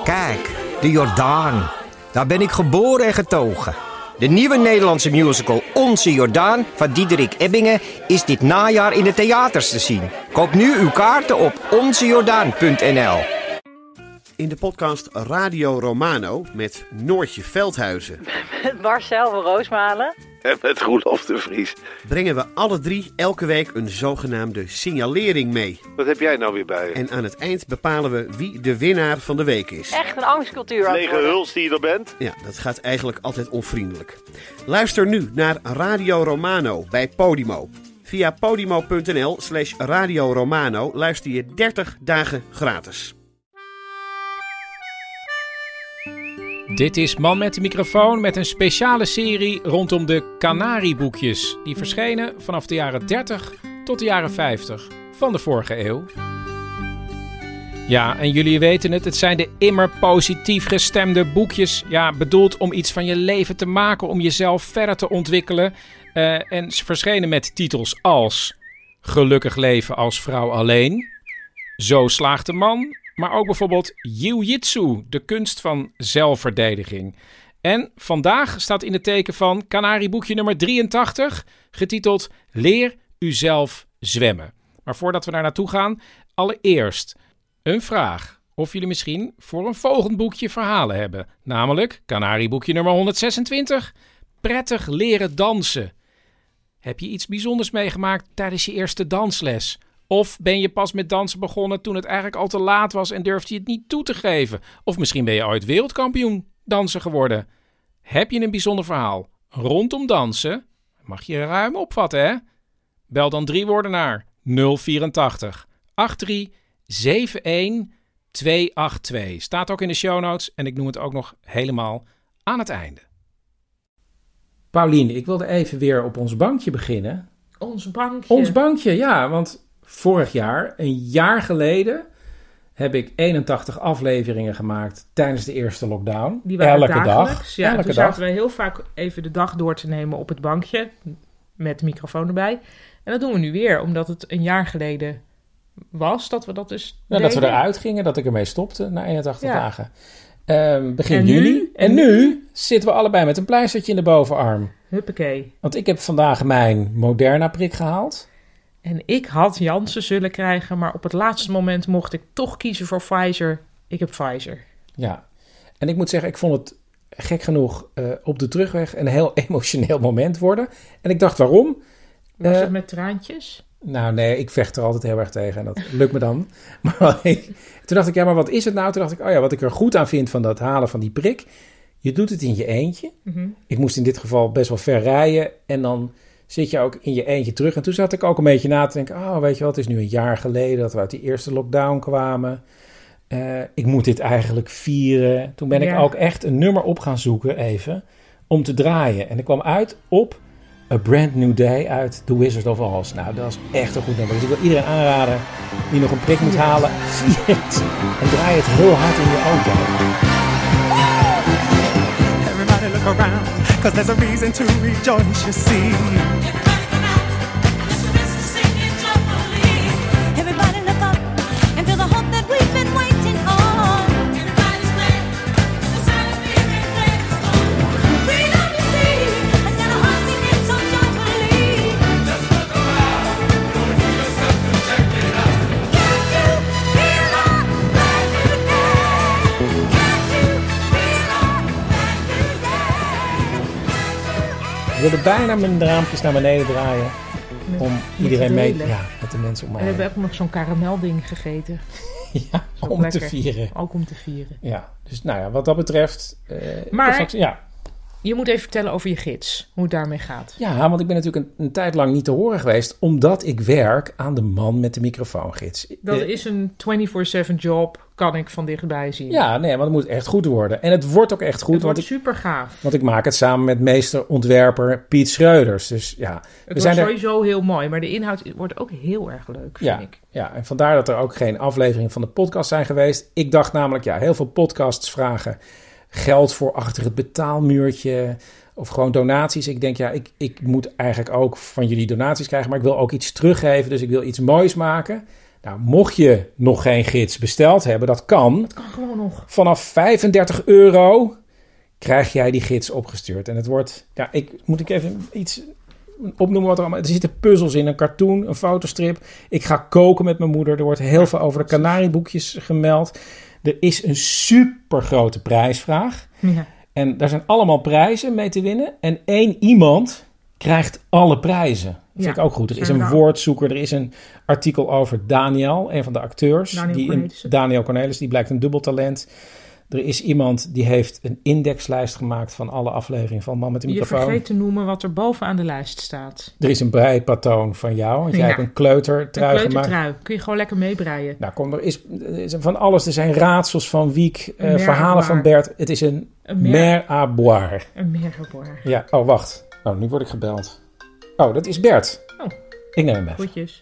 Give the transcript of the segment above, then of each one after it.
Kijk, de Jordaan. Daar ben ik geboren en getogen. De nieuwe Nederlandse musical Onze Jordaan van Diederik Ebbingen is dit najaar in de theaters te zien. Koop nu uw kaarten op onzejordaan.nl. In de podcast Radio Romano met Noortje Veldhuizen. Met Marcel van Roosmalen. En met Roelof de Vries. Brengen we alle drie elke week een zogenaamde signalering mee. Wat heb jij nou weer bij je? En aan het eind bepalen we wie de winnaar van de week is. Echt een angstcultuur. Lege huls die je er bent. Ja, dat gaat eigenlijk altijd onvriendelijk. Luister nu naar Radio Romano bij Podimo. Via podimo.nl/Radio Romano luister je 30 dagen gratis. Dit is Man met de microfoon met een speciale serie rondom de Canarieboekjes. Die verschenen vanaf de jaren 30 tot de jaren 50 van de vorige eeuw. Ja, en jullie weten het, het zijn de immer positief gestemde boekjes. Ja, bedoeld om iets van je leven te maken, om jezelf verder te ontwikkelen. En ze verschenen met titels als Gelukkig leven als vrouw alleen, Zo slaagt de man, maar ook bijvoorbeeld Jiu-Jitsu, de kunst van zelfverdediging. En vandaag staat in het teken van Canarieboekje nummer 83, getiteld Leer uzelf zwemmen. Maar voordat we daar naartoe gaan, allereerst een vraag. Of jullie misschien voor een volgend boekje verhalen hebben. Namelijk Canarieboekje nummer 126, Prettig leren dansen. Heb je iets bijzonders meegemaakt tijdens je eerste dansles? Of ben je pas met dansen begonnen toen het eigenlijk al te laat was en durfde je het niet toe te geven? Of misschien ben je ooit wereldkampioen dansen geworden. Heb je een bijzonder verhaal rondom dansen? Mag je ruim opvatten, hè? Bel dan 3 woorden naar 084 83 71 282. Staat ook in de show notes en ik noem het ook nog helemaal aan het einde. Paulien, ik wilde even weer op ons bankje beginnen. Ons bankje? Ons bankje, ja, want vorig jaar, een jaar geleden, heb ik 81 afleveringen gemaakt tijdens de eerste lockdown. Die waren elke dagelijks. dag. Ja, elke toen dag. zaten we heel vaak even de dag door te nemen op het bankje, met de microfoon erbij. En dat doen we nu weer, omdat het een jaar geleden was dat we dat dus deden. Dat we eruit gingen, dat ik ermee stopte na 81 dagen. Begin En juli. En nu zitten we allebei met een pleistertje in de bovenarm. Huppakee. Want ik heb vandaag mijn Moderna-prik gehaald. En ik had Janssen zullen krijgen, maar op het laatste moment mocht ik toch kiezen voor Pfizer. Ik heb Pfizer. Ja, en ik moet zeggen, ik vond het gek genoeg op de terugweg een heel emotioneel moment worden. En ik dacht, waarom? Was het met traantjes? Nou nee, ik vecht er altijd heel erg tegen en dat lukt me dan. Maar toen dacht ik, ja, maar wat is het nou? Toen dacht ik, oh ja, wat ik er goed aan vind van dat halen van die prik. Je doet het in je eentje. Mm-hmm. Ik moest in dit geval best wel ver rijden en dan zit je ook in je eentje terug. En toen zat ik ook een beetje na te denken, oh, weet je wat, het is nu een jaar geleden dat we uit die eerste lockdown kwamen. Ik moet dit eigenlijk vieren. Toen ben ik ook echt een nummer op gaan zoeken even om te draaien. En ik kwam uit op A Brand New Day uit The Wizard of Oz. Nou, dat is echt een goed nummer. Dus ik wil iedereen aanraden die nog een prik moet halen, vier het en draai het heel hard in je auto. Everybody look around, 'cause there's a reason to rejoice, you see. Ik wilde bijna mijn raampjes naar beneden draaien om iedereen mee met de mensen om mij. En we hebben ook nog zo'n karamelding gegeten. Ja, om lekker te vieren. Ook om te vieren. Ja, dus nou ja, wat dat betreft. Maar je moet even vertellen over je gids, hoe het daarmee gaat. Ja, want ik ben natuurlijk een tijd lang niet te horen geweest, omdat ik werk aan de Man met de microfoongids. Dat is een 24/7 job, kan ik van dichtbij zien. Ja, nee, maar het moet echt goed worden. En het wordt ook echt goed. Het wordt super gaaf. Want ik maak het samen met meester-ontwerper Piet Schreuders. Dus ja, het wordt sowieso heel mooi, maar de inhoud wordt ook heel erg leuk, vind ik. Ja, en vandaar dat er ook geen afleveringen van de podcast zijn geweest. Ik dacht namelijk, heel veel podcasts vragen geld voor achter het betaalmuurtje of gewoon donaties. Ik denk, ik moet eigenlijk ook van jullie donaties krijgen, maar ik wil ook iets teruggeven, dus ik wil iets moois maken. Nou, mocht je nog geen gids besteld hebben, dat kan. Kan gewoon nog. Vanaf €35 krijg jij die gids opgestuurd. En het wordt... Ja, moet ik even iets opnoemen wat er allemaal... Er zitten puzzels in, een cartoon, een fotostrip. Ik ga koken met mijn moeder. Er wordt heel veel over de Canarieboekjes gemeld. Er is een supergrote prijsvraag. Ja. En daar zijn allemaal prijzen mee te winnen. En 1 iemand krijgt alle prijzen. Dat vind ik ook goed. Er is een woordzoeker. Er is een artikel over Daniel, een van de acteurs. Daniel Cornelis, die blijkt een dubbeltalent. Er is iemand die heeft een indexlijst gemaakt van alle afleveringen van Man met de Microfoon. Je vergeet te noemen wat er bovenaan de lijst staat. Er is een breipatroon van jou, want jij hebt een kleutertrui gemaakt. Een kleutertrui, kun je gewoon lekker meebreien. Nou, er is van alles. Er zijn raadsels van Wiek, verhalen van Bert. Het is een mer à boire. Een mer à boire. Ja, oh wacht. Oh, nu word ik gebeld. Oh, dat is Bert. Oh. Ik neem hem even. Goedjes.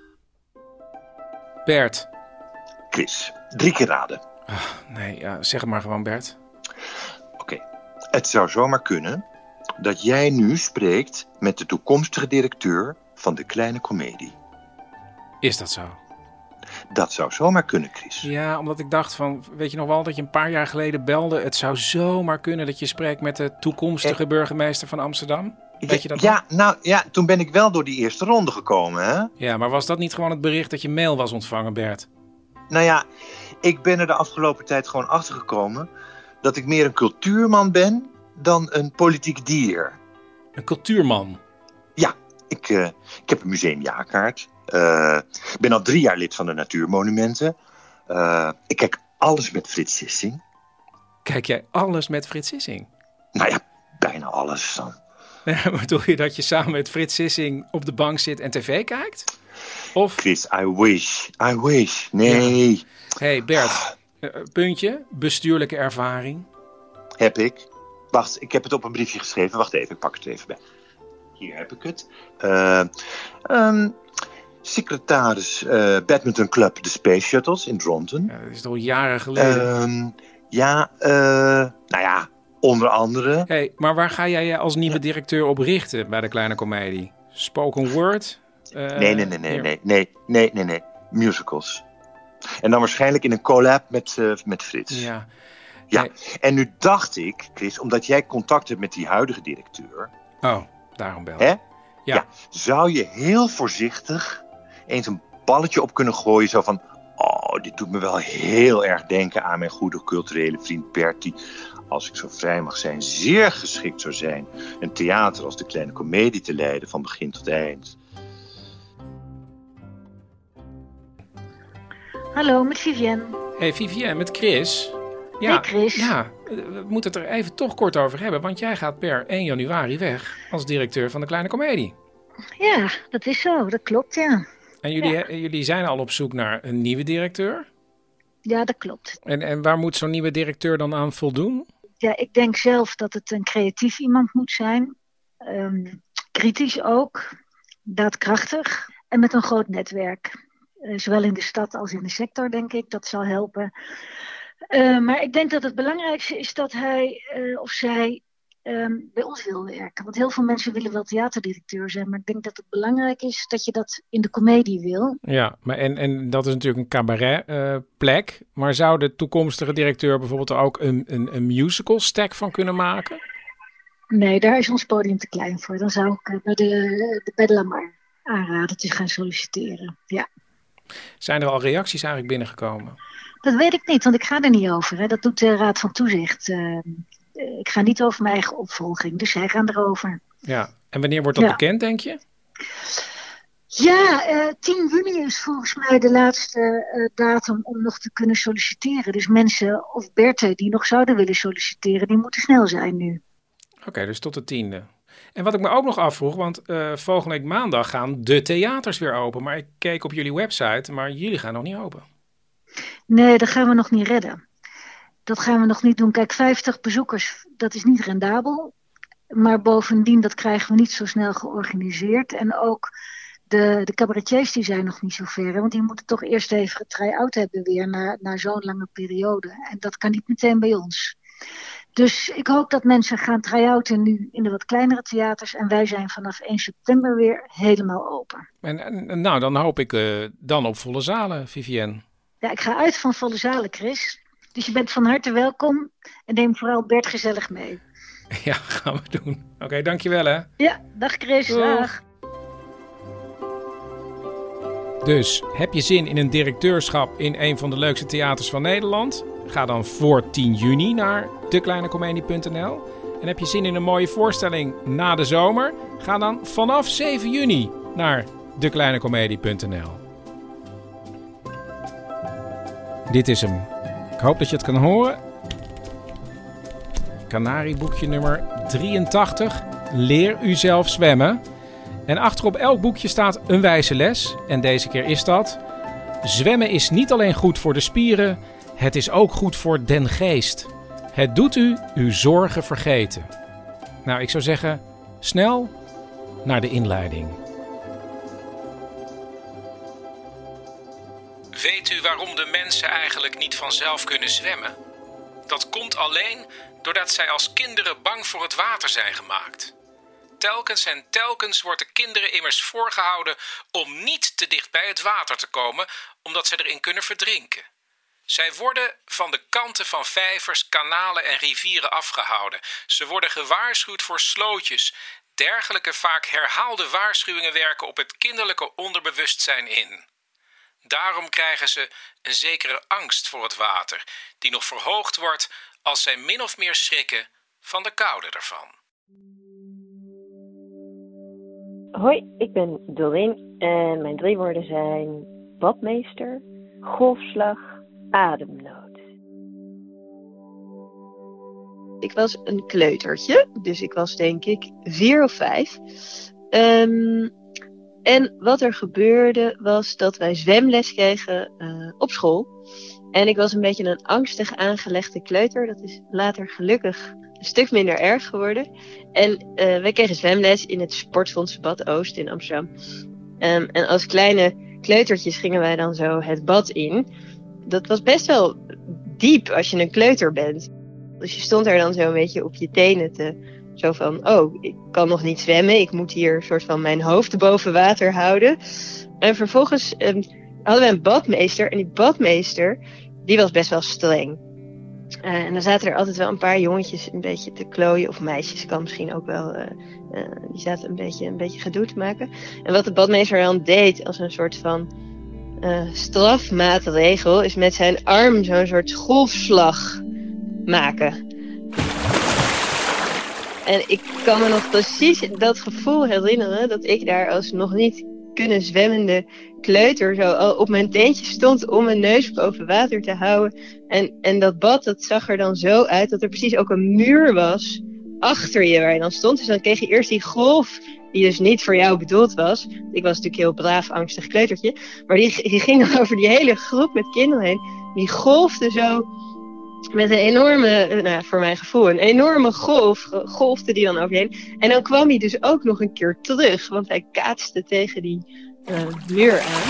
Bert. Chris, 3 keer raden. Nee, zeg het maar gewoon, Bert. Oké. Het zou zomaar kunnen dat jij nu spreekt met de toekomstige directeur van de Kleine Comedie. Is dat zo? Dat zou zomaar kunnen, Chris. Ja, omdat ik dacht van, weet je nog wel dat je een paar jaar geleden belde? Het zou zomaar kunnen dat je spreekt met de toekomstige burgemeester van Amsterdam. Weet je dat nog? Toen ben ik wel door die eerste ronde gekomen, hè? Ja, maar was dat niet gewoon het bericht dat je mail was ontvangen, Bert? Nou ja, ik ben er de afgelopen tijd gewoon achter gekomen dat ik meer een cultuurman ben dan een politiek dier. Een cultuurman? Ja, ik heb een museumjaarkaart. Ik ben al 3 jaar lid van de Natuurmonumenten. Ik kijk alles met Frits Sissing. Kijk jij alles met Frits Sissing? Nou ja, bijna alles dan. Ja, maar bedoel je dat je samen met Frits Sissing op de bank zit en tv kijkt? Of... Chris, I wish. Nee. Ja. Hey Bert, puntje, bestuurlijke ervaring. Heb ik. Wacht, ik heb het op een briefje geschreven. Wacht even, ik pak het er even bij. Hier heb ik het. Secretaris Badminton Club de Space Shuttles in Dronten. Ja, dat is toch jaren geleden? Nou ja, onder andere. Hey, maar waar ga jij je als nieuwe directeur op richten bij de Kleine Comedie? Spoken word? Nee. Musicals. En dan waarschijnlijk in een collab met Frits. Ja. Ja, en nu dacht ik, Chris, omdat jij contact hebt met die huidige directeur. Oh, daarom bel Hè? Ja. Ja. Zou je heel voorzichtig eens een balletje op kunnen gooien, zo van... Oh, dit doet me wel heel erg denken aan mijn goede culturele vriend Bert, die, als ik zo vrij mag zijn, zeer geschikt zou zijn een theater als de Kleine Comedie te leiden van begin tot eind. Hallo, met Vivienne. Hey Vivienne, met Chris. Ja, hey Chris. Ja, we moeten het er even toch kort over hebben, want jij gaat per 1 januari weg als directeur van de Kleine Comedie. Ja, dat is zo, dat klopt, ja. En jullie zijn al op zoek naar een nieuwe directeur? Ja, dat klopt. En waar moet zo'n nieuwe directeur dan aan voldoen? Ja, ik denk zelf dat het een creatief iemand moet zijn. Kritisch ook. Daadkrachtig. En met een groot netwerk. Zowel in de stad als in de sector, denk ik. Dat zal helpen. Maar ik denk dat het belangrijkste is dat hij of zij bij ons wil werken. Want heel veel mensen willen wel theaterdirecteur zijn. Maar ik denk dat het belangrijk is dat je dat in de comedie wil. Ja, maar en dat is natuurlijk een cabaretplek. Maar zou de toekomstige directeur bijvoorbeeld er ook een musical stack van kunnen maken? Nee, daar is ons podium te klein voor. Dan zou ik bij de Pedlamar aanraden te gaan solliciteren. Ja. Zijn er al reacties eigenlijk binnengekomen? Dat weet ik niet, want ik ga er niet over. Hè. Dat doet de Raad van Toezicht. Ik ga niet over mijn eigen opvolging, dus zij gaan erover. Ja, en wanneer wordt dat bekend, denk je? Ja, 10 juni is volgens mij de laatste datum om nog te kunnen solliciteren. Dus mensen of Berten die nog zouden willen solliciteren, die moeten snel zijn nu. Oké, dus tot de 10e. En wat ik me ook nog afvroeg, want volgende week maandag gaan de theaters weer open. Maar ik keek op jullie website, maar jullie gaan nog niet open. Nee, dat gaan we nog niet redden. Dat gaan we nog niet doen. Kijk, 50 bezoekers, dat is niet rendabel. Maar bovendien, dat krijgen we niet zo snel georganiseerd. En ook de cabaretiers die zijn nog niet zo ver. Hè? Want die moeten toch eerst even een try-out hebben weer na zo'n lange periode. En dat kan niet meteen bij ons. Dus ik hoop dat mensen gaan try-outen nu in de wat kleinere theaters. En wij zijn vanaf 1 september weer helemaal open. En nou, dan hoop ik dan op volle zalen, Vivienne. Ja, ik ga uit van volle zalen, Chris. Dus je bent van harte welkom. En neem vooral Bert gezellig mee. Ja, gaan we doen. Oké, dankjewel hè. Ja, dag Chris. Dag. Dus, heb je zin in een directeurschap in een van de leukste theaters van Nederland? Ga dan voor 10 juni naar dekleinecomedie.nl. En heb je zin in een mooie voorstelling na de zomer? Ga dan vanaf 7 juni naar dekleinecomedie.nl. Dit is hem. Ik hoop dat je het kan horen. Kanarieboekje nummer 83. Leer u zelf zwemmen. En achterop elk boekje staat een wijze les. En deze keer is dat: zwemmen is niet alleen goed voor de spieren, het is ook goed voor den geest. Het doet u uw zorgen vergeten. Nou, ik zou zeggen, snel naar de inleiding. Weet u waarom de mensen eigenlijk niet vanzelf kunnen zwemmen? Dat komt alleen doordat zij als kinderen bang voor het water zijn gemaakt. Telkens en telkens wordt de kinderen immers voorgehouden om niet te dicht bij het water te komen, omdat zij erin kunnen verdrinken. Zij worden van de kanten van vijvers, kanalen en rivieren afgehouden. Ze worden gewaarschuwd voor slootjes. Dergelijke vaak herhaalde waarschuwingen werken op het kinderlijke onderbewustzijn in. Daarom krijgen ze een zekere angst voor het water, die nog verhoogd wordt als zij min of meer schrikken van de koude ervan. Hoi, ik ben Doreen en mijn 3 woorden zijn badmeester, golfslag, ademnood. Ik was een kleutertje, dus ik was denk ik 4 of 5. En wat er gebeurde was dat wij zwemles kregen op school. En ik was een beetje een angstig aangelegde kleuter. Dat is later gelukkig een stuk minder erg geworden. En wij kregen zwemles in het Sportfonds Bad Oost in Amsterdam. En als kleine kleutertjes gingen wij dan zo het bad in. Dat was best wel diep als je een kleuter bent. Dus je stond er dan zo een beetje op je tenen zo van, oh, ik kan nog niet zwemmen. Ik moet hier een soort van mijn hoofd boven water houden. En vervolgens hadden we een badmeester. En die badmeester, die was best wel streng. En dan zaten er altijd wel een paar jongetjes een beetje te klooien. Of meisjes kan misschien ook wel. Die zaten een beetje gedoe te maken. En wat de badmeester dan deed als een soort van strafmaatregel, is met zijn arm zo'n soort golfslag maken. En ik kan me nog precies dat gevoel herinneren dat ik daar als nog niet kunnen zwemmende kleuter zo al op mijn teentjes stond om mijn neus boven water te houden. En dat bad, dat zag er dan zo uit dat er precies ook een muur was achter je waar je dan stond. Dus dan kreeg je eerst die golf die dus niet voor jou bedoeld was. Ik was natuurlijk heel braaf, angstig kleutertje. Maar die ging dan over die hele groep met kinderen heen. Die golfde zo met een enorme, voor mijn gevoel, een enorme golfde die dan over je heen. En dan kwam hij dus ook nog een keer terug, want hij kaatste tegen die muur aan.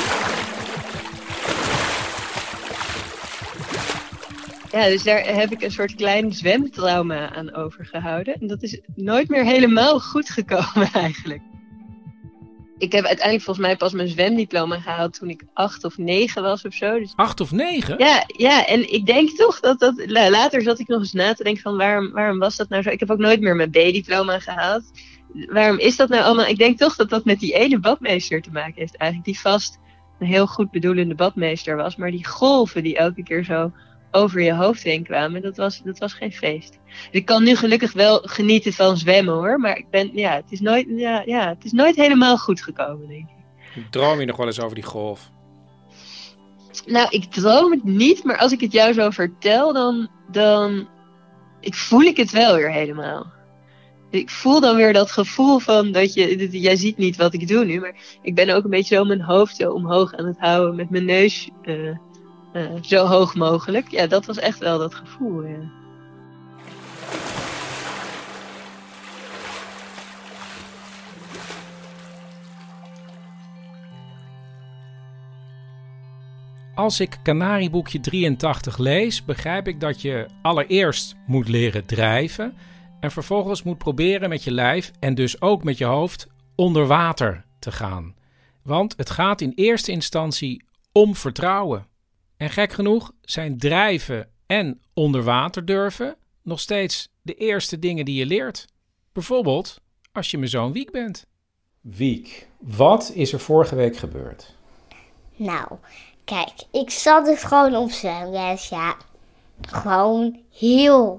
Ja, dus daar heb ik een soort klein zwemtrauma aan overgehouden. En dat is nooit meer helemaal goed gekomen eigenlijk. Ik heb uiteindelijk volgens mij pas mijn zwemdiploma gehaald toen ik 8 of 9 was of zo. Dus 8 of 9? Ja, en ik denk toch dat later zat ik nog eens na te denken van waarom was dat nou zo? Ik heb ook nooit meer mijn B-diploma gehaald. Waarom is dat nou allemaal? Ik denk toch dat dat met die ene badmeester te maken heeft eigenlijk. Die vast een heel goed bedoelende badmeester was. Maar die golven die elke keer zo over je hoofd heen kwamen, dat was geen feest. Dus ik kan nu gelukkig wel genieten van zwemmen hoor. Maar het is nooit helemaal goed gekomen, denk ik. Droom je nog wel eens over die golf? Nou, ik droom het niet, maar als ik het jou zo vertel, dan voel ik het wel weer helemaal. Ik voel dan weer dat gevoel van jij ziet niet wat ik doe nu, maar ik ben ook een beetje zo mijn hoofd zo omhoog aan het houden met mijn neus zo hoog mogelijk. Ja, dat was echt wel dat gevoel, ja. Als ik Kanarieboekje 83 lees, begrijp ik dat je allereerst moet leren drijven en vervolgens moet proberen met je lijf en dus ook met je hoofd onder water te gaan. Want het gaat in eerste instantie om vertrouwen. En gek genoeg zijn drijven en onder water durven nog steeds de eerste dingen die je leert. Bijvoorbeeld als je mijn zoon Wiek bent. Wiek, wat is er vorige week gebeurd? Nou, kijk, ik zat dus gewoon op zwemles, ja. Gewoon heel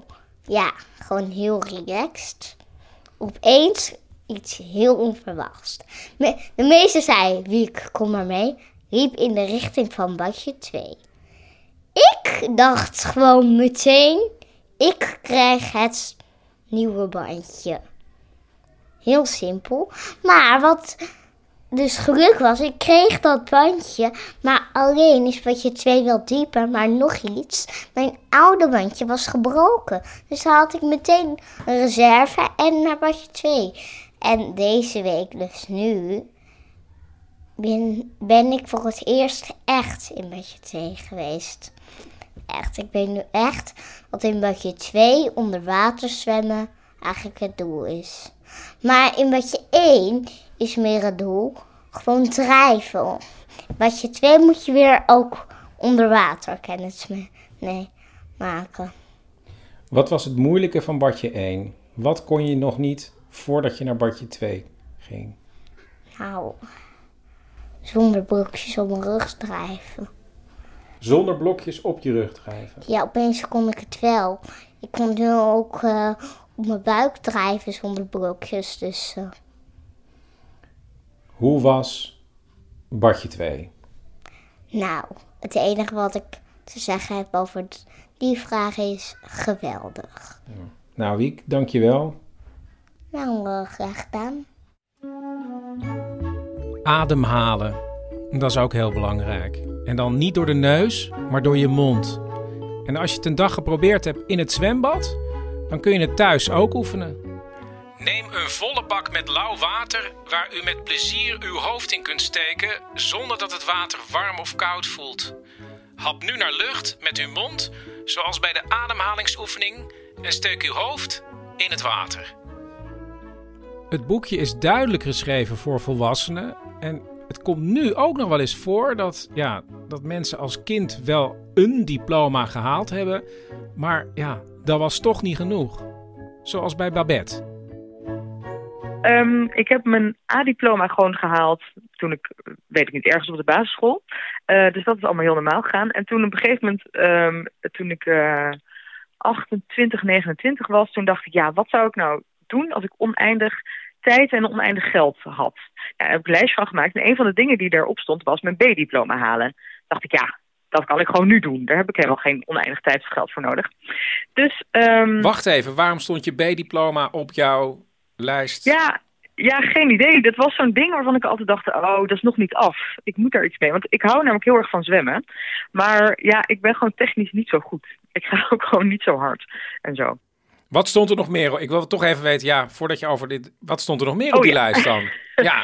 relaxed. Opeens iets heel onverwachts. De meester zei, Wiek, kom maar mee. Riep in de richting van badje 2. Ik dacht gewoon meteen, ik krijg het nieuwe bandje. Heel simpel. Maar wat dus geluk was, ik kreeg dat bandje. Maar alleen is badje 2 wel dieper, maar nog iets. Mijn oude bandje was gebroken. Dus dan had ik meteen een reserve en naar badje 2. En deze week, dus nu, ben ik voor het eerst echt in badje 2 geweest. Echt, ik weet nu echt wat in badje 2 onder water zwemmen eigenlijk het doel is. Maar in badje 1 is meer het doel gewoon drijven. Badje 2 moet je weer ook onder water kennis maken. Wat was het moeilijke van badje 1? Wat kon je nog niet voordat je naar badje 2 ging? Nou, zonder blokjes op mijn rug drijven. Zonder blokjes op je rug drijven? Ja, opeens kon ik het wel. Ik kon nu ook op mijn buik drijven zonder blokjes. Dus, Hoe was badje 2? Nou, het enige wat ik te zeggen heb over die vraag is geweldig. Ja. Nou, Wiek, dankjewel. Nou, graag gedaan. Ademhalen, dat is ook heel belangrijk. En dan niet door de neus, maar door je mond. En als je het een dag geprobeerd hebt in het zwembad, dan kun je het thuis ook oefenen. Neem een volle bak met lauw water waar u met plezier uw hoofd in kunt steken zonder dat het water warm of koud voelt. Hap nu naar lucht met uw mond, zoals bij de ademhalingsoefening, en steek uw hoofd in het water. Het boekje is duidelijk geschreven voor volwassenen en het komt nu ook nog wel eens voor dat mensen als kind wel een diploma gehaald hebben, maar ja, dat was toch niet genoeg. Zoals bij Babette. Ik heb mijn A-diploma gewoon gehaald toen ik, weet ik niet, ergens op de basisschool. Dus dat is allemaal heel normaal gegaan. En toen op een gegeven moment, toen ik 28, 29 was, toen dacht ik, ja, wat zou ik nou doen als ik oneindig tijd en oneindig geld had? Ja, daar heb ik een lijstje van gemaakt. En een van de dingen die daarop stond was mijn B-diploma halen. Dacht ik, ja, dat kan ik gewoon nu doen. Daar heb ik helemaal geen oneindig tijd of geld voor nodig. Dus, wacht even, waarom stond je B-diploma op jouw lijst? Ja, geen idee. Dat was zo'n ding waarvan ik altijd dacht, oh, dat is nog niet af. Ik moet daar iets mee. Want ik hou namelijk heel erg van zwemmen. Maar ja, ik ben gewoon technisch niet zo goed. Ik ga ook gewoon niet zo hard en zo. Wat stond er nog meer? Ik wil toch even weten, ja, voordat je over dit... Wat stond er nog meer op die lijst dan? Ja.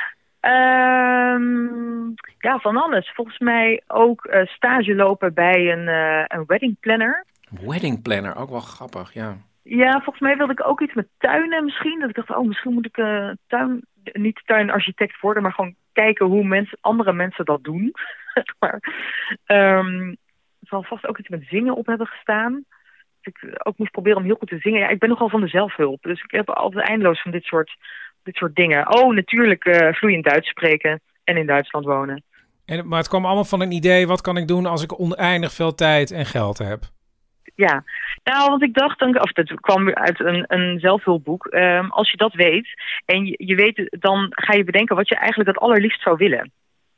Ja, van alles. Volgens mij ook stage lopen bij een wedding planner. Wedding planner, ook wel grappig, ja. Ja, volgens mij wilde ik ook iets met tuinen misschien. Dat ik dacht, misschien moet ik niet tuinarchitect worden, maar gewoon kijken hoe andere mensen dat doen. Maar er zal vast ook iets met zingen op hebben gestaan. Dat ik ook moest proberen om heel goed te zingen. Ja, ik ben nogal van de zelfhulp, dus ik heb altijd eindeloos van dit soort dingen. Oh, natuurlijk vloeiend Duits spreken en in Duitsland wonen. Maar het kwam allemaal van een idee, wat kan ik doen als ik oneindig veel tijd en geld heb? Ja, nou, want ik dacht, dat kwam uit een zelfhulpboek. Als je dat weet en je weet, dan ga je bedenken wat je eigenlijk het allerliefst zou willen.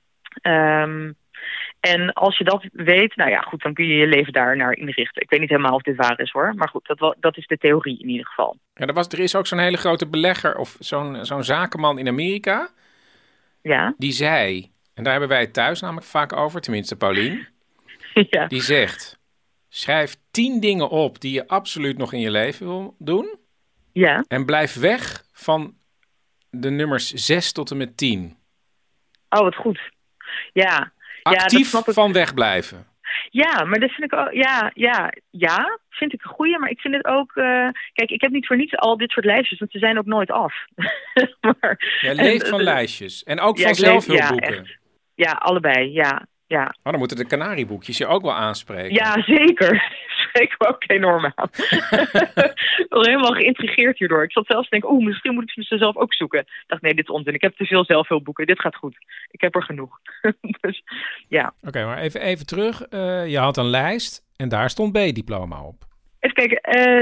En als je dat weet, nou ja, goed, dan kun je je leven daar naar inrichten. Ik weet niet helemaal of dit waar is hoor, maar goed, dat is de theorie in ieder geval. Ja, er is ook zo'n hele grote belegger of zo'n zakenman in Amerika. Ja. Die zei, en daar hebben wij het thuis namelijk vaak over, tenminste Paulien. Ja. Die zegt, schrijf 10 dingen op die je absoluut nog in je leven wil doen. Ja. En blijf weg van de nummers 6 tot en met 10. Oh, wat goed. Ja. Actief dat snap ik. van wegblijven. Ja, maar dat vind ik ook... Ja, vind ik een goeie. Maar ik vind het ook... kijk, ik heb niet voor niets al dit soort lijstjes, want ze zijn ook nooit af. Jij leeft van lijstjes. En ook van zelfhulpboeken. Ja, allebei, ja. Maar dan moeten de kanarieboekjes je ook wel aanspreken. Ja, zeker. Spreek me ook enorm aan. Ik was helemaal geïntrigeerd hierdoor. Ik zat zelfs te denken, misschien moet ik ze zelf ook zoeken. Ik dacht, nee, dit is onzin. Ik heb te veel zelfhulpboeken. Dit gaat goed. Ik heb er genoeg. Dus, ja. Oké, maar even terug. Je had een lijst en daar stond B-diploma op. Even kijken.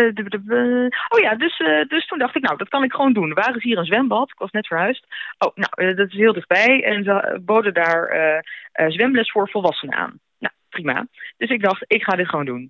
Dus toen dacht ik, nou, dat kan ik gewoon doen. Er waren hier een zwembad. Ik was net verhuisd. Dat is heel dichtbij. En ze boden daar zwemles voor volwassenen aan. Nou, prima. Dus ik dacht, ik ga dit gewoon doen.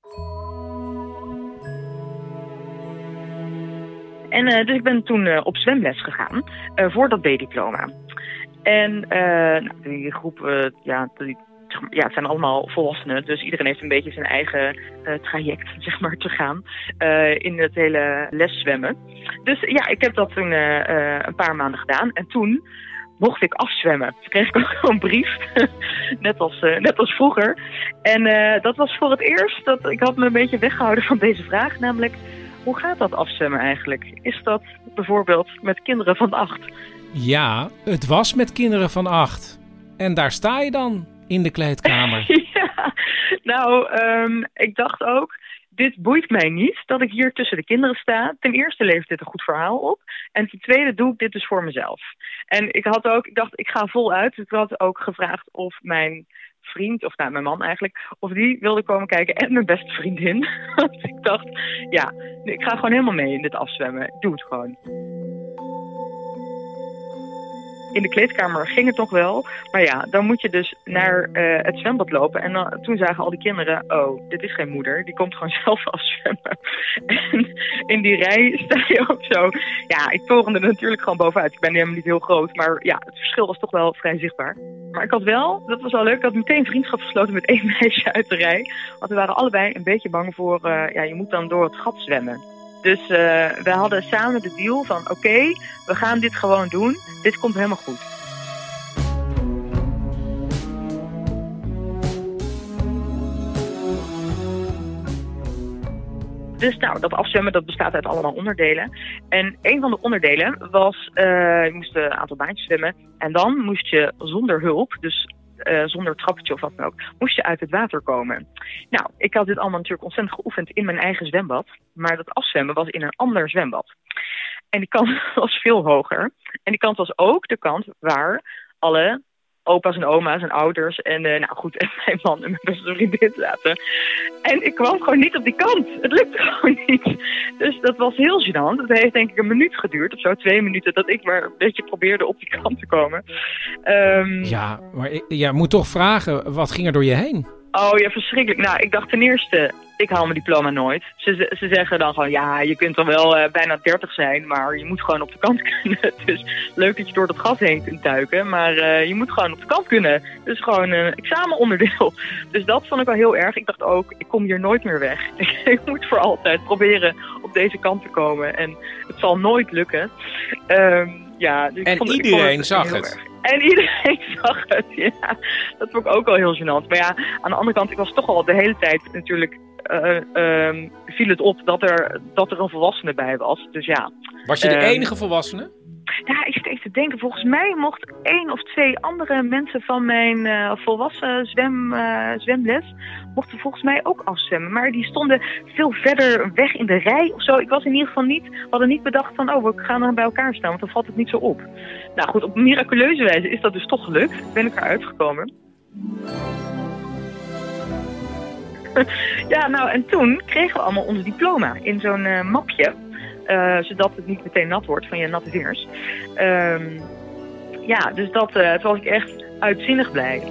En dus ik ben toen op zwemles gegaan voor dat B-diploma. En die groep, het zijn allemaal volwassenen. Dus iedereen heeft een beetje zijn eigen traject, zeg maar, te gaan in het hele leszwemmen. Dus ja, ik heb dat toen een paar maanden gedaan. En toen mocht ik afzwemmen. Toen kreeg ik ook een brief, net als vroeger. En dat was voor het eerst dat ik had me een beetje weggehouden van deze vraag. Namelijk, hoe gaat dat afzwemmen eigenlijk? Is dat bijvoorbeeld met kinderen van 8? Ja, het was met kinderen van 8. En daar sta je dan in de kleedkamer. Ja, nou, ik dacht ook, dit boeit mij niet dat ik hier tussen de kinderen sta. Ten eerste levert dit een goed verhaal op. En ten tweede doe ik dit dus voor mezelf. En ik dacht, ik ga voluit. Ik had ook gevraagd of mijn vriend, of mijn man eigenlijk, of die wilde komen kijken en mijn beste vriendin. Want ik dacht, ja, ik ga gewoon helemaal mee in dit afzwemmen. Ik doe het gewoon. In de kleedkamer ging het nog wel. Maar ja, dan moet je dus naar het zwembad lopen. En toen zagen al die kinderen, dit is geen moeder. Die komt gewoon zelf afzwemmen. En in die rij sta je ook zo. Ja, ik torende er natuurlijk gewoon bovenuit. Ik ben helemaal niet heel groot. Maar ja, het verschil was toch wel vrij zichtbaar. Maar ik had wel, dat was wel leuk, ik had meteen vriendschap gesloten met 1 meisje uit de rij. Want we waren allebei een beetje bang voor, je moet dan door het gat zwemmen. Dus we hadden samen de deal van oké, we gaan dit gewoon doen. Dit komt helemaal goed. Dus nou, dat afzwemmen dat bestaat uit allemaal onderdelen. En een van de onderdelen was, je moest een aantal baantjes zwemmen. En dan moest je zonder hulp, dus zonder trappetje of wat dan ook, moest je uit het water komen. Nou, ik had dit allemaal natuurlijk ontzettend geoefend in mijn eigen zwembad. Maar dat afzwemmen was in een ander zwembad. En die kant was veel hoger. En die kant was ook de kant waar alle opa's en oma's en ouders en en mijn man en mijn beste vriendin zaten. En ik kwam gewoon niet op die kant. Het lukte gewoon niet. Dus dat was heel gênant. Het heeft denk ik 1 minuut geduurd, of zo 2 minuten, dat ik maar een beetje probeerde op die kant te komen. Ja, maar je moet toch vragen, wat ging er door je heen? Oh ja, verschrikkelijk. Nou, ik dacht ten eerste, ik haal mijn diploma nooit. Ze zeggen dan gewoon, ja, je kunt dan wel bijna 30 zijn, maar je moet gewoon op de kant kunnen. Dus leuk dat je door dat gat heen kunt duiken, maar je moet gewoon op de kant kunnen. Dus gewoon een examenonderdeel. Dus dat vond ik wel heel erg. Ik dacht ook, ik kom hier nooit meer weg. Ik moet voor altijd proberen op deze kant te komen. En het zal nooit lukken. Dus en iedereen zag het. En iedereen zag het, ja. Dat vond ik ook wel heel gênant. Maar ja, aan de andere kant, ik was toch al de hele tijd natuurlijk, viel het op dat er een volwassene bij was. Dus ja. Was je de enige volwassene? Ja, ik zit even te denken. Volgens mij mocht 1 of 2 andere mensen van mijn volwassen zwemles mochten volgens mij ook afzwemmen. Maar die stonden veel verder weg in de rij of zo. Ik was in ieder geval niet, we hadden niet bedacht van, we gaan er bij elkaar staan, want dan valt het niet zo op. Nou goed, op miraculeuze wijze is dat dus toch gelukt. Ben ik eruit gekomen. Ja, nou en toen kregen we allemaal ons diploma in zo'n mapje. Zodat het niet meteen nat wordt van je natte vingers. Dus toen was ik echt uitzinnig blij.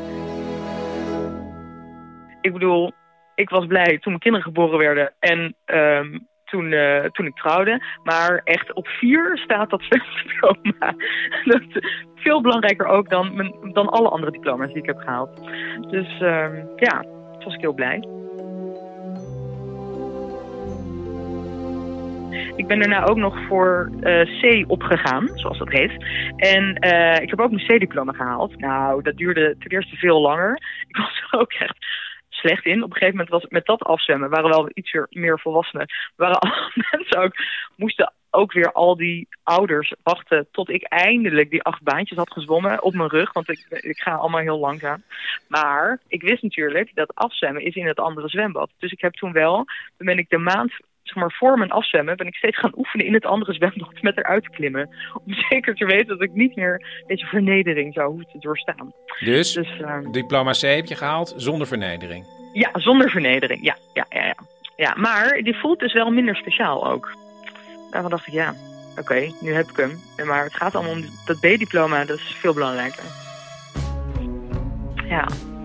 Ik bedoel, ik was blij toen mijn kinderen geboren werden en toen ik trouwde. Maar echt op 4 staat dat zwemdiploma. Dat is veel belangrijker ook dan alle andere diploma's die ik heb gehaald. Dus toen was ik heel blij. Ik ben daarna ook nog voor C opgegaan, zoals dat heet. En ik heb ook mijn C-diploma gehaald. Nou, dat duurde ten eerste veel langer. Ik was er ook echt slecht in. Op een gegeven moment was het met dat afzwemmen, waren wel iets meer volwassenen. Waren alle mensen ook, moesten ook weer al die ouders wachten tot ik eindelijk die 8 baantjes had gezwommen op mijn rug. Want ik ga allemaal heel langzaam. Maar ik wist natuurlijk dat afzwemmen is in het andere zwembad. Dus ik heb toen ben ik de maand, zeg maar, voor mijn afzwemmen, ben ik steeds gaan oefenen in het andere zwembad met eruit te klimmen. Om zeker te weten dat ik niet meer deze vernedering zou hoeven te doorstaan. Dus diploma C heb je gehaald zonder vernedering? Ja, zonder vernedering. Ja, maar die voelt dus wel minder speciaal ook. Daarvan dacht ik, oké, nu heb ik hem. Maar het gaat allemaal om dat B-diploma, dat is veel belangrijker. Ja.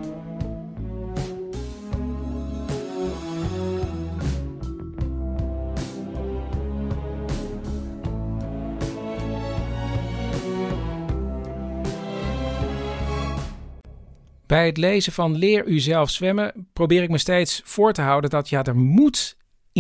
Bij het lezen van Leer u zelf zwemmen probeer ik me steeds voor te houden dat er moet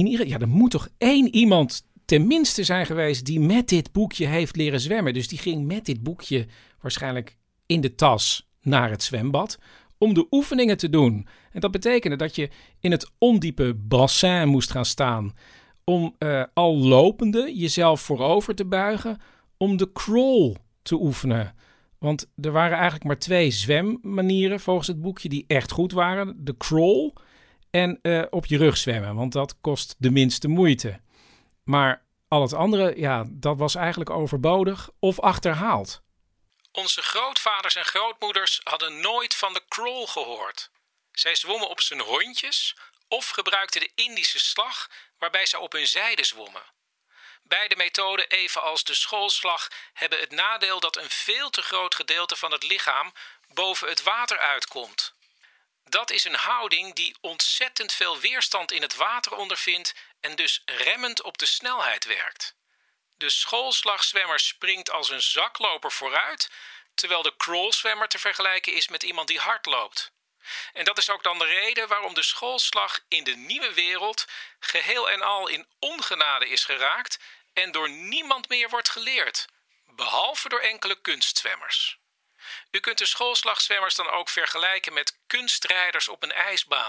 toch één iemand tenminste zijn geweest die met dit boekje heeft leren zwemmen. Dus die ging met dit boekje waarschijnlijk in de tas naar het zwembad om de oefeningen te doen. En dat betekende dat je in het ondiepe bassin moest gaan staan om al lopende jezelf voorover te buigen om de crawl te oefenen. Want er waren eigenlijk maar 2 zwemmanieren volgens het boekje die echt goed waren. De crawl en op je rug zwemmen, want dat kost de minste moeite. Maar al het andere, dat was eigenlijk overbodig of achterhaald. Onze grootvaders en grootmoeders hadden nooit van de crawl gehoord. Zij zwommen op zijn hondjes of gebruikten de Indische slag waarbij ze op hun zijde zwommen. Beide methoden, evenals de schoolslag, hebben het nadeel dat een veel te groot gedeelte van het lichaam boven het water uitkomt. Dat is een houding die ontzettend veel weerstand in het water ondervindt en dus remmend op de snelheid werkt. De schoolslagzwemmer springt als een zakloper vooruit, terwijl de crawlzwemmer te vergelijken is met iemand die hard loopt. En dat is ook dan de reden waarom de schoolslag in de nieuwe wereld geheel en al in ongenade is geraakt en door niemand meer wordt geleerd, behalve door enkele kunstzwemmers. U kunt de schoolslagzwemmers dan ook vergelijken met kunstrijders op een ijsbaan.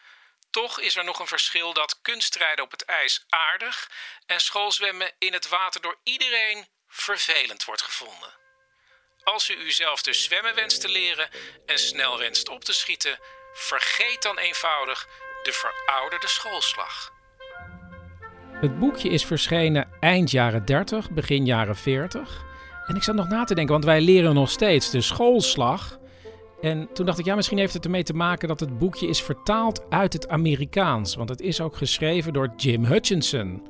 Toch is er nog een verschil dat kunstrijden op het ijs aardig en schoolzwemmen in het water door iedereen vervelend wordt gevonden. Als u uzelf dus zwemmen wenst te leren en snel wenst op te schieten, vergeet dan eenvoudig de verouderde schoolslag. Het boekje is verschenen eind jaren 30, begin jaren 40. En ik zat nog na te denken, want wij leren nog steeds de schoolslag. En toen dacht ik, misschien heeft het ermee te maken dat het boekje is vertaald uit het Amerikaans. Want het is ook geschreven door Jim Hutchinson.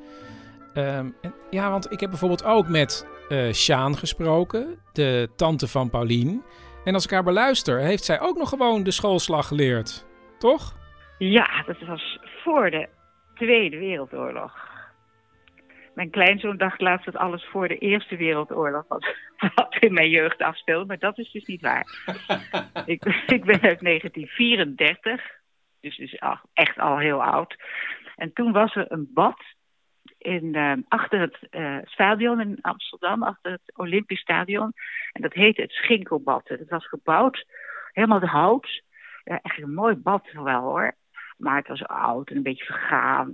Want ik heb bijvoorbeeld ook met Sjaan gesproken, de tante van Paulien. En als ik haar beluister, heeft zij ook nog gewoon de schoolslag geleerd. Toch? Ja, dat was voor de Tweede Wereldoorlog. Mijn kleinzoon dacht laatst dat alles voor de Eerste Wereldoorlog was. Wat in mijn jeugd afspeelde, maar dat is dus niet waar. Ik ben uit 1934, dus echt al heel oud. En toen was er een bad achter het stadion in Amsterdam, achter het Olympisch Stadion. En dat heette het Schinkelbad. Het was gebouwd, helemaal de hout. Echt een mooi bad wel hoor. Maar het was oud en een beetje vergaan.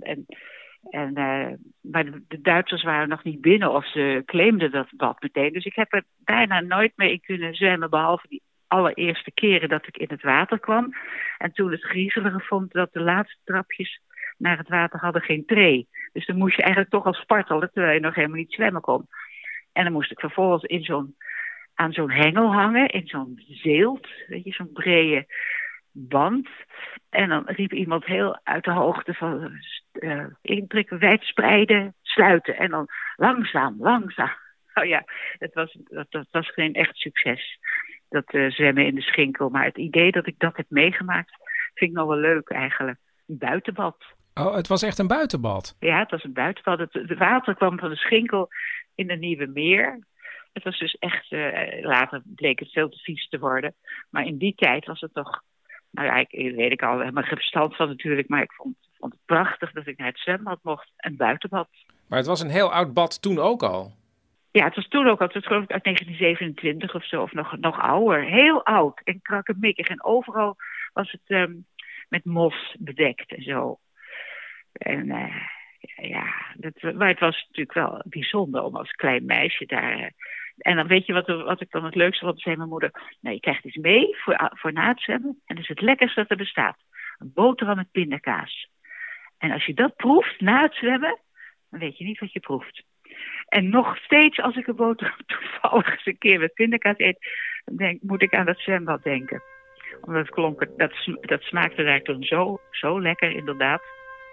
Maar de Duitsers waren nog niet binnen of ze claimden dat bad meteen. Dus ik heb er bijna nooit mee in kunnen zwemmen, behalve die allereerste keren dat ik in het water kwam. En toen het griezelige vond dat de laatste trapjes naar het water hadden geen tree. Dus dan moest je eigenlijk toch al spartelen, terwijl je nog helemaal niet zwemmen kon. En dan moest ik vervolgens aan zo'n hengel hangen, in zo'n zeelt, weet je, zo'n brede band. En dan riep iemand heel uit de hoogte van intrekken, wijd sluiten. En dan langzaam. Oh ja, dat was geen echt succes. Dat zwemmen in de Schinkel. Maar het idee dat ik dat heb meegemaakt, vind ik nog wel leuk eigenlijk. Een buitenbad. Oh, het was echt een buitenbad? Ja, het was een buitenbad. Het water kwam van de Schinkel in de Nieuwe Meer. Het was dus echt, later bleek het veel te vies te worden. Maar in die tijd was het toch, nou ja, ik weet helemaal geen verstand van natuurlijk, maar ik vond het prachtig dat ik naar het zwembad mocht, een buitenbad. Maar het was een heel oud bad toen ook al. Ja, het was toen ook al. Het was geloof ik uit 1927 of zo. Of nog ouder. Heel oud. En krakkemikkig. En overal was het met mos bedekt en zo. En maar het was natuurlijk wel bijzonder om als klein meisje daar... En dan weet je wat ik dan het leukste vond, zei mijn moeder... Nou, je krijgt iets mee voor na het zwemmen. En dat is het lekkerste dat er bestaat. Een boterham met pindakaas. En als je dat proeft na het zwemmen, dan weet je niet wat je proeft. En nog steeds als ik een boterham toevallig eens een keer met pindakaas eet... dan moet ik aan dat zwembad denken. Omdat het klonk, dat smaakte daar toen zo lekker, inderdaad.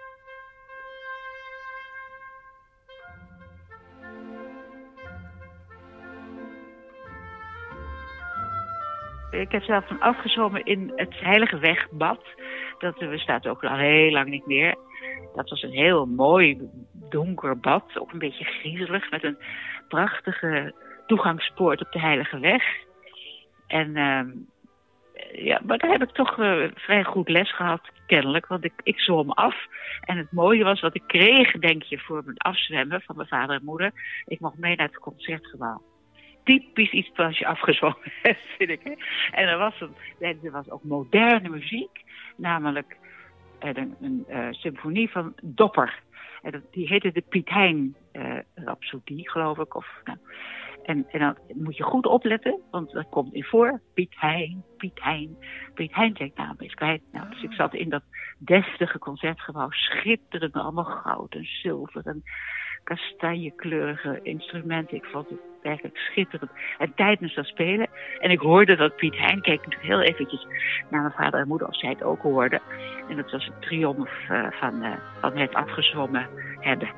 Ik heb zelf van afgezwommen in het Heilige Wegbad. Dat bestaat ook al heel lang niet meer. Dat was een heel mooi donker bad. Ook een beetje griezelig. Met een prachtige toegangspoort op de Heilige Weg. En maar daar heb ik toch vrij goed les gehad, kennelijk. Want ik zwom af. En het mooie was wat ik kreeg, denk je, voor mijn afzwemmen van mijn vader en moeder. Ik mocht mee naar het concertgebouw. Typisch iets als je afgezwommen hebt, vind ik. Hè? En er was ook moderne muziek. Namelijk een symfonie van Dopper. Die heette de Piet Hein Rhapsodie, geloof ik. En dan moet je goed opletten, want dat komt in voor. Piet Hein, Piet Hein. Piet Hein, denk ik, is kwijt. Nou, dus ik zat in dat deftige concertgebouw. Schitterend, allemaal goud en zilver en kastanjekleurige instrumenten. Ik vond het werkelijk schitterend. En tijdens dat spelen. En ik hoorde dat Piet Hein, keek natuurlijk heel eventjes naar mijn vader en moeder of zij het ook hoorden. En dat was een triomf van het afgezwommen hebben.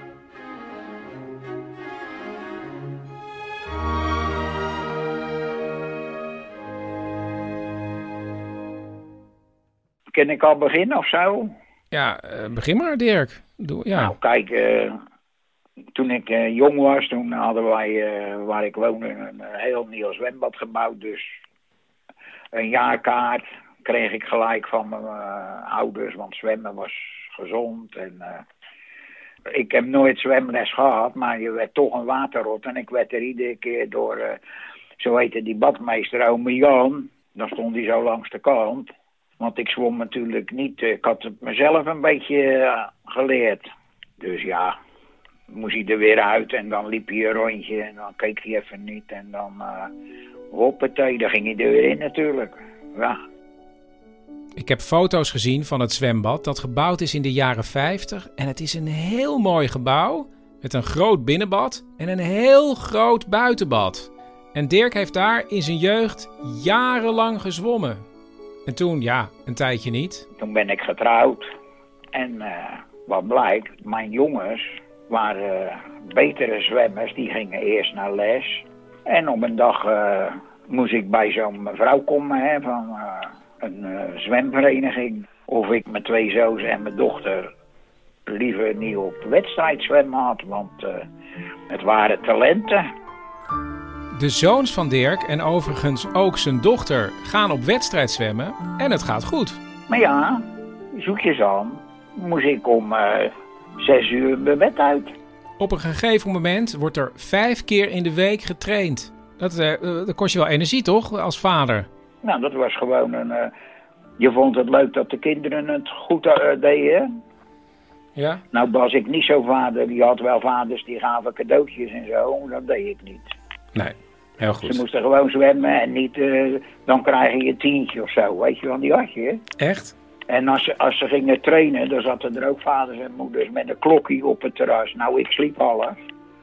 Kan ik al beginnen of zo? Ja, begin maar, Dirk. Nou, kijk, toen ik jong was, toen hadden wij, waar ik woonde, een heel nieuw zwembad gebouwd. Dus een jaarkaart kreeg ik gelijk van mijn ouders, want zwemmen was gezond. En ik heb nooit zwemles gehad, maar je werd toch een waterrot. En ik werd er iedere keer door, zo heette die badmeester, ome Jan. Dan stond hij zo langs de kant. Want ik zwom natuurlijk niet. Ik had het mezelf een beetje geleerd. Dus ja, moest hij er weer uit en dan liep hij een rondje en dan keek hij even niet. En dan hoppatee, dan ging hij er weer in natuurlijk. Ja. Ik heb foto's gezien van het zwembad dat gebouwd is in de jaren 50. En het is een heel mooi gebouw met een groot binnenbad en een heel groot buitenbad. En Dirk heeft daar in zijn jeugd jarenlang gezwommen. En toen, ja, een tijdje niet. Toen ben ik getrouwd. En wat blijkt, mijn jongens waren betere zwemmers. Die gingen eerst naar les. En op een dag moest ik bij zo'n mevrouw komen van een zwemvereniging. Of ik mijn 2 zoons en mijn dochter liever niet op wedstrijd zwemmen had. Want het waren talenten. De zoons van Dirk en overigens ook zijn dochter gaan op wedstrijd zwemmen en het gaat goed. Maar ja, zoekjes aan, moest ik om 6 uur mijn bed uit. Op een gegeven moment wordt er 5 keer in de week getraind. Dat kost je wel energie, toch, als vader? Nou, dat was gewoon je vond het leuk dat de kinderen het goed deden. Ja? Nou was ik niet zo vader, die had wel vaders die gaven cadeautjes en zo, dat deed ik niet. Nee, heel goed. Ze moesten gewoon zwemmen en niet, dan krijg je een tientje of zo, weet je wel, die had je. Echt? En als ze gingen trainen, dan zaten er ook vaders en moeders met een klokje op het terras. Nou, ik sliep half.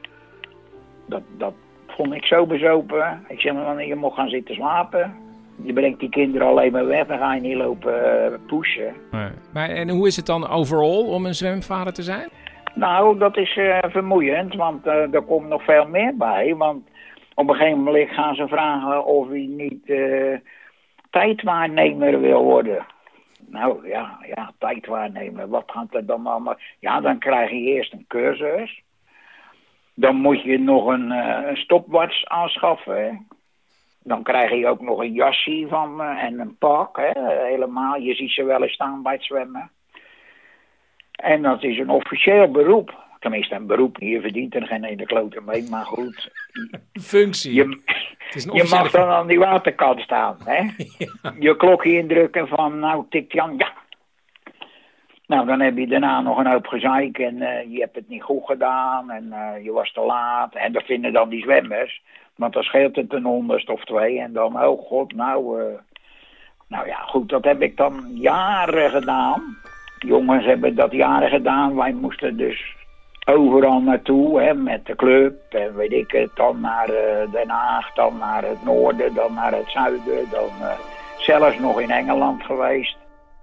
Dat vond ik zo bezopen. Ik zeg maar, je mocht gaan zitten slapen. Je brengt die kinderen alleen maar weg, dan ga je niet lopen pushen. Nee. Maar, en hoe is het dan overal om een zwemvader te zijn? Nou, dat is vermoeiend, want er komt nog veel meer bij. Want op een gegeven moment gaan ze vragen of hij niet tijdwaarnemer wil worden. Nou ja, tijdwaarnemer, wat gaat er dan allemaal? Ja, dan krijg je eerst een cursus. Dan moet je nog een stopwatch aanschaffen. Hè? Dan krijg je ook nog een jasje van me en een pak. Hè? Helemaal, je ziet ze wel eens staan bij het zwemmen. En dat is een officieel beroep. tenminste een beroep. Je verdient er geen ene klote mee, maar goed. Functie. Je mag dan aan die waterkant staan. Hè? Ja. Je klokje indrukken van, nou tikt Jan, ja. Nou, dan heb je daarna nog een hoop gezeik en je hebt het niet goed gedaan en je was te laat. En dat vinden dan die zwemmers, want dan scheelt het een 100 of 2. En dan, oh god, nou ja, goed, dat heb ik dan jaren gedaan. Jongens hebben dat jaren gedaan. Wij moesten dus overal naartoe, hè, met de club en weet ik het. Dan naar Den Haag, dan naar het noorden, dan naar het zuiden. Dan zelfs nog in Engeland geweest.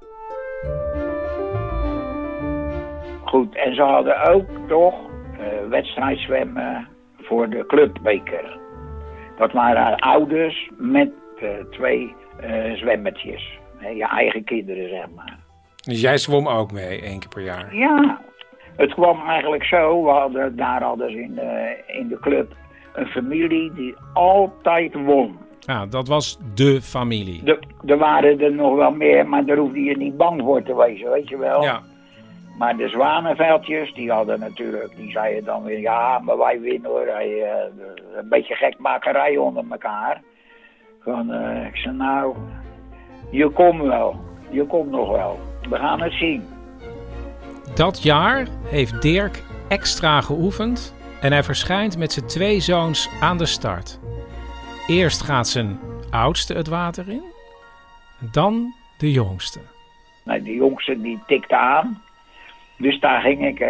Goed, en ze hadden ook toch wedstrijdzwemmen voor de clubbeker. Dat waren ouders met 2 zwemmertjes. Je eigen kinderen, zeg maar. Dus jij zwom ook mee 1 keer per jaar? Ja, het kwam eigenlijk zo. Daar hadden ze in de club een familie die altijd won. Ja, dat was de familie. Er waren er nog wel meer, maar daar hoefde je niet bang voor te wezen, weet je wel. Ja. Maar de Zwanenveldjes, die hadden natuurlijk, die zeiden dan weer, ja, maar wij winnen hoor. Een beetje gekmakerij onder elkaar. Ik zei, nou, je komt wel. Je komt nog wel. We gaan het zien. Dat jaar heeft Dirk extra geoefend en hij verschijnt met zijn 2 zoons aan de start. Eerst gaat zijn oudste het water in, dan de jongste. Nou, de jongste die tikte aan, dus daar ging ik.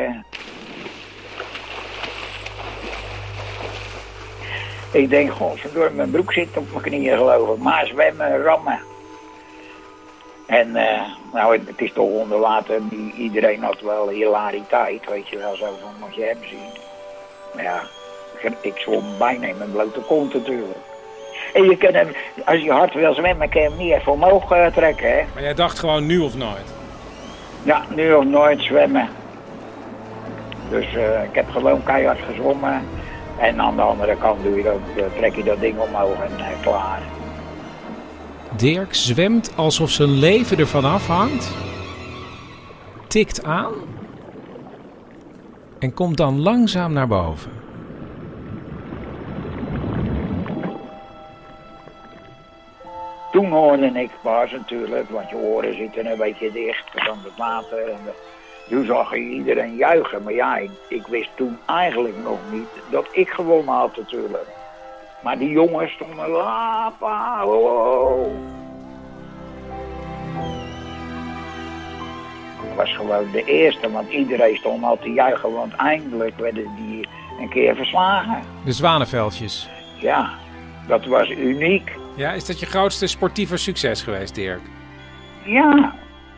Ik denk, godverdomme, mijn broek zit op mijn knieën geloof ik. Maar zwemmen, rammen. En nou, het is toch onder water, iedereen had wel hilariteit, weet je wel, zo van moet je hem zien. Maar ja, ik zwom bijna in mijn blote kont natuurlijk. En je kan hem, als je hard wil zwemmen, kan je hem niet even omhoog trekken, hè. Maar jij dacht gewoon nu of nooit? Ja, nu of nooit zwemmen. Dus ik heb gewoon keihard gezwommen. En aan de andere kant trek je dat ding omhoog en klaar. Dirk zwemt alsof zijn leven ervan afhangt, tikt aan en komt dan langzaam naar boven. Toen hoorde ik pas natuurlijk, want je oren zitten een beetje dicht van het water. En toen zag je iedereen juichen, maar ja, ik wist toen eigenlijk nog niet dat ik gewonnen had natuurlijk. Maar die jongens stonden, pa, oh. Ik was gewoon de eerste, want iedereen stond al te juichen, want eindelijk werden die een keer verslagen. De Zwanenveldjes. Ja, dat was uniek. Ja, is dat je grootste sportieve succes geweest, Dirk? Ja.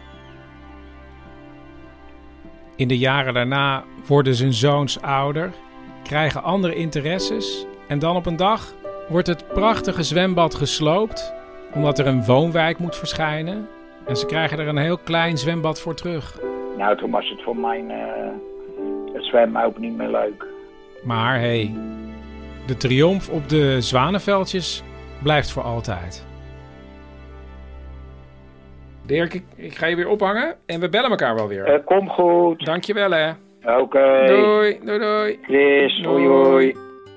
In de jaren daarna worden zijn zoons ouder, krijgen andere interesses en dan op een dag wordt het prachtige zwembad gesloopt omdat er een woonwijk moet verschijnen en ze krijgen er een heel klein zwembad voor terug. Nou, toen was het voor mij het zwemmen ook niet meer leuk. Maar hey, de triomf op de Zwanenveldjes blijft voor altijd. Dirk, ik ga je weer ophangen en we bellen elkaar wel weer. Kom goed. Dankjewel hè. Oké. Doei, doei, doei. Yes, hoi, hoi.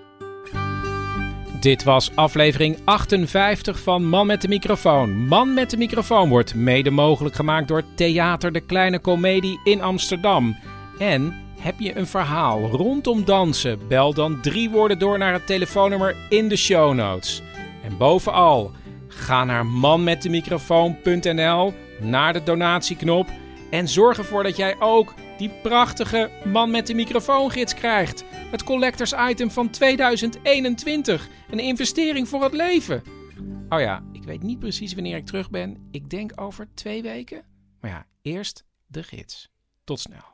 Dit was aflevering 58 van Man met de Microfoon. Man met de Microfoon wordt mede mogelijk gemaakt door Theater de Kleine Comedie in Amsterdam. En heb je een verhaal rondom dansen? Bel dan 3 woorden door naar het telefoonnummer in de show notes. En bovenal, ga naar manmetdemicrofoon.nl, naar de donatieknop en zorg ervoor dat jij ook die prachtige Man met de Microfoon gids krijgt. Het collectors item van 2021. Een investering voor het leven. Oh ja, ik weet niet precies wanneer ik terug ben. Ik denk over 2 weken. Maar ja, eerst de gids. Tot snel.